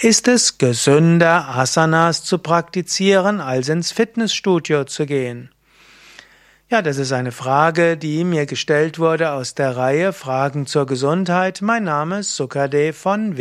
Ist es gesünder, Asanas zu praktizieren, als ins Fitnessstudio zu gehen? Ja, das ist eine Frage, die mir gestellt wurde aus der Reihe Fragen zur Gesundheit. Mein Name ist Sukadev von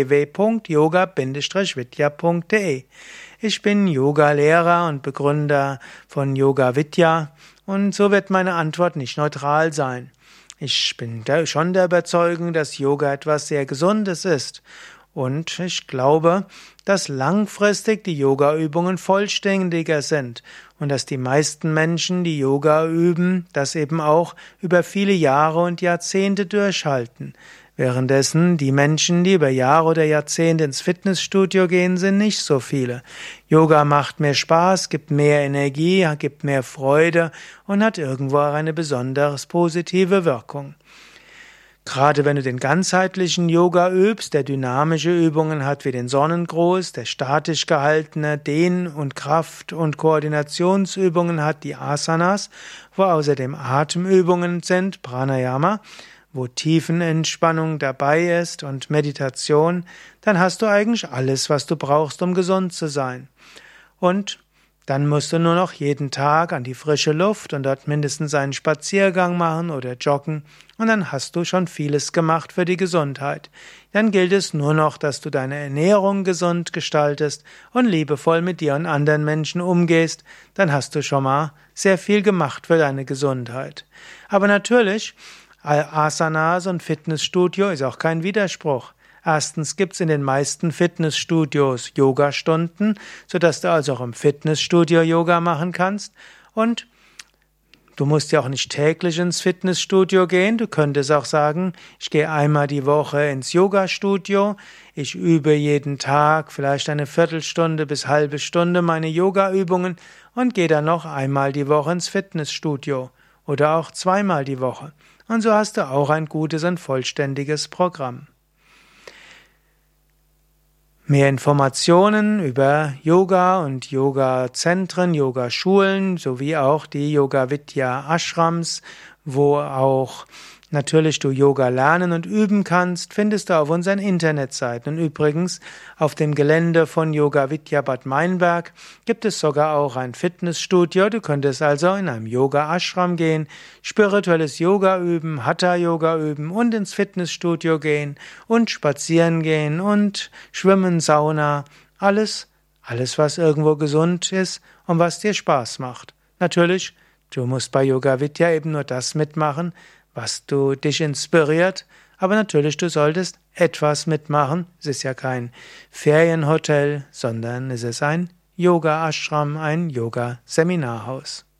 www.yoga-vidya.de. Ich bin Yogalehrer und Begründer von Yoga Vidya und so wird meine Antwort nicht neutral sein. Ich bin schon der Überzeugung, dass Yoga etwas sehr Gesundes ist. Und ich glaube, dass langfristig die Yoga-Übungen vollständiger sind und dass die meisten Menschen, die Yoga üben, das eben auch über viele Jahre und Jahrzehnte durchhalten. Währenddessen die Menschen, die über Jahre oder Jahrzehnte ins Fitnessstudio gehen, sind nicht so viele. Yoga macht mehr Spaß, gibt mehr Energie, gibt mehr Freude und hat irgendwo auch eine besonders positive Wirkung. Gerade wenn du den ganzheitlichen Yoga übst, der dynamische Übungen hat wie den Sonnengruß, der statisch gehaltene Dehn- und Kraft- und Koordinationsübungen hat, die Asanas, wo außerdem Atemübungen sind, Pranayama, wo Tiefenentspannung dabei ist und Meditation, dann hast du eigentlich alles, was du brauchst, um gesund zu sein. Und dann musst du nur noch jeden Tag an die frische Luft und dort mindestens einen Spaziergang machen oder joggen und dann hast du schon vieles gemacht für die Gesundheit. Dann gilt es nur noch, dass du deine Ernährung gesund gestaltest und liebevoll mit dir und anderen Menschen umgehst, dann hast du schon mal sehr viel gemacht für deine Gesundheit. Aber natürlich, Asanas und Fitnessstudio ist auch kein Widerspruch. Erstens gibt's in den meisten Fitnessstudios Yogastunden, sodass du also auch im Fitnessstudio Yoga machen kannst. Und du musst ja auch nicht täglich ins Fitnessstudio gehen. Du könntest auch sagen, ich gehe einmal die Woche ins Yogastudio. Ich übe jeden Tag vielleicht eine Viertelstunde bis halbe Stunde meine Yogaübungen und gehe dann noch einmal die Woche ins Fitnessstudio oder auch zweimal die Woche. Und so hast du auch ein gutes und vollständiges Programm. Mehr Informationen über Yoga und Yoga-Zentren, Yogaschulen sowie auch die Yoga Vidya Ashrams, wo auch natürlich du Yoga lernen und üben kannst, findest du auf unseren Internetseiten. Und übrigens, auf dem Gelände von Yoga Vidya Bad Meinberg gibt es sogar auch ein Fitnessstudio. Du könntest also in einem Yoga-Ashram gehen, spirituelles Yoga üben, Hatha-Yoga üben und ins Fitnessstudio gehen und spazieren gehen und schwimmen, Sauna, alles, was irgendwo gesund ist und was dir Spaß macht. Natürlich, du musst bei Yoga Vidya eben nur das mitmachen, was du dich inspiriert, aber natürlich, du solltest etwas mitmachen. Es ist ja kein Ferienhotel, sondern es ist ein Yoga-Ashram, ein Yoga-Seminarhaus.